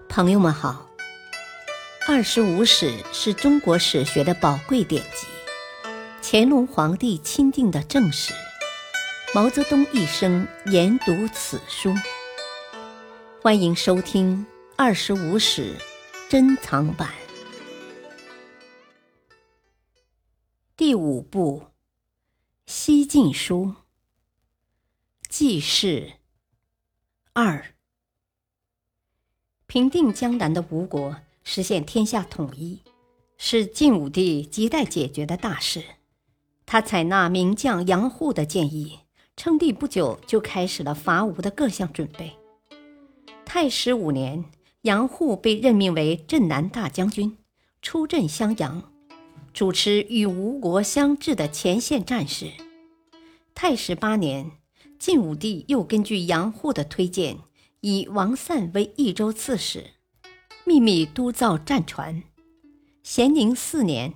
朋友们好，《25史》是中国史学的宝贵典籍，乾隆皇帝钦定的正史，毛泽东一生研读此书。欢迎收听《25史》珍藏版。第5部，西晋书，纪事2。平定江南的吴国，实现天下统一，是晋武帝亟待解决的大事。他采纳名将杨户的建议，称帝不久就开始了伐吴的各项准备。太史5年，杨户被任命为镇南大将军，出镇襄阳，主持与吴国相峙的前线战事。太史8年，晋武帝又根据杨户的推荐，以王散为益州刺史，秘密督造战船。咸宁4年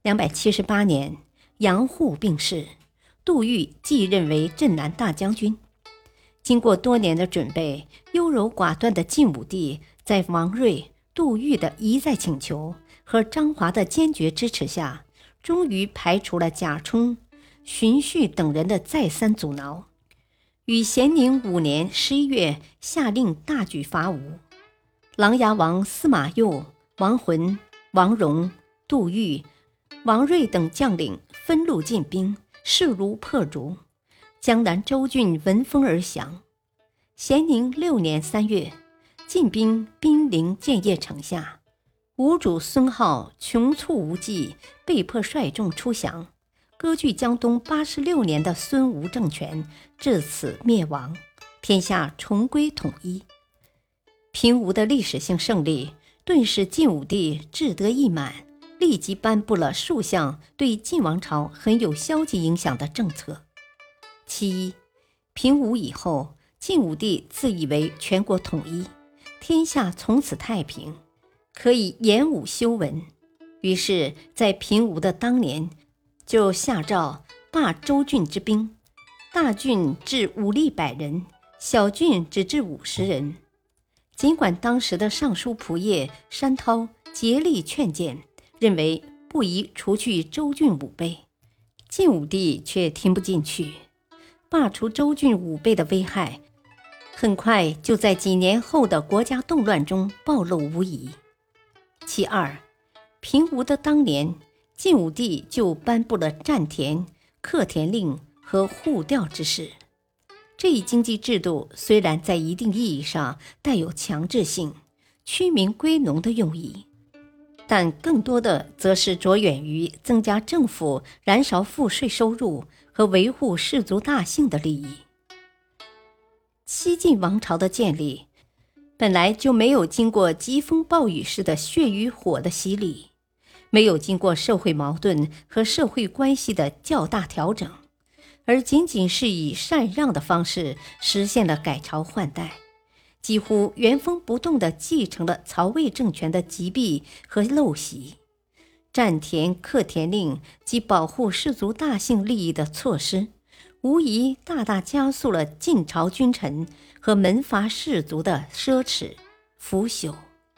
278年，杨户病逝，杜预继任为镇南大将军。经过多年的准备，优柔寡断的晋武帝在王睿、杜预的一再请求和张华的坚决支持下，终于排除了贾充、荀彧等人的再三阻挠，于咸宁5年11月下令大举伐吴。琅琊王司马攸、王浑、王戎、杜预、王睿等将领分路进兵，势如破竹，江南州郡闻风而降。咸宁6年3月，晋兵兵临建业城下，吴主孙皓穷促无计，被迫率众出降，割据江东86年的孙吴政权至此灭亡，天下重归统一。平吴的历史性胜利顿使晋武帝志得意满，立即颁布了数项对晋王朝很有消极影响的政策。其一，平吴以后，晋武帝自以为全国统一，天下从此太平，可以演武修文，于是在平吴的当年就下诏罢州郡之兵，大郡至武力100人，小郡只至50人。尽管当时的尚书仆射山涛竭力劝谏，认为不宜除去州郡5倍，晋武帝却听不进去。罢除州郡5倍的危害，很快就在几年后的国家动乱中暴露无遗。其二，平吴的当年，晋武帝就颁布了占田、克田令和户调之事。这一经济制度虽然在一定意义上带有强制性、驱民归农的用意，但更多的则是着眼于增加政府燃烧赋税收入和维护士族大姓的利益。西晋王朝的建立本来就没有经过疾风暴雨式的血与火的洗礼，没有经过社会矛盾和社会关系的较大调整，而仅仅是以禅让的方式实现了改朝换代，几乎原封不动地继承了曹魏政权的积弊和陋习。占田克田令及保护士族大姓利益的措施，无疑大大加速了晋朝君臣和门阀士族的奢侈腐朽。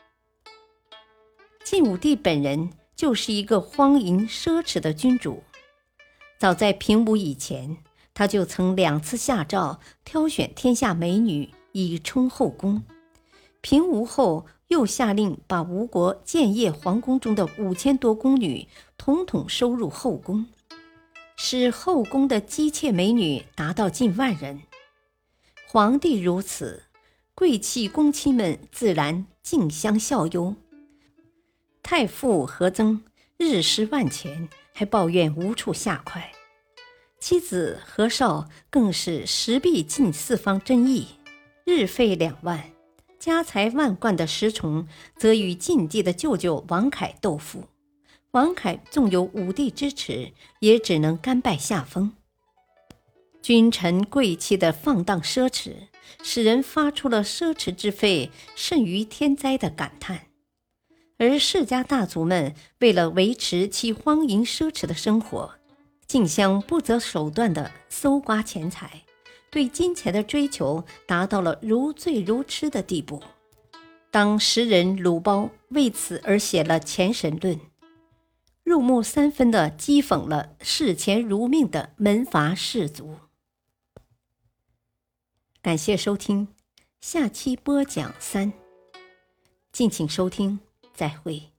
晋武帝本人就是一个荒淫奢侈的君主。早在平吴以前，他就曾2次下诏挑选天下美女以充后宫。平吴后又下令把吴国建业皇宫中的5000多宫女统统收入后宫，使后宫的姬妾美女达到近10000人。皇帝如此，贵戚宫妻们自然竞相效尤。太傅何曾日施万钱，还抱怨无处下快。妻子何绍更是食币近4方真邑，日费2万，家财万贯的石崇则与晋帝的舅舅王恺斗富。王恺纵有武帝支持，也只能甘拜下风。君臣贵戚的放荡奢侈，使人发出了奢侈之费甚于天灾的感叹。而世家大族们为了维持其荒淫奢侈的生活，竞相不择手段地搜刮钱财，对金钱的追求达到了如醉如痴的地步。 当时人鲁胞为此而写了前神论，入木三分地讥讽了视钱如命的门阀士族。感谢收听，下期播讲3，敬请收听，再会。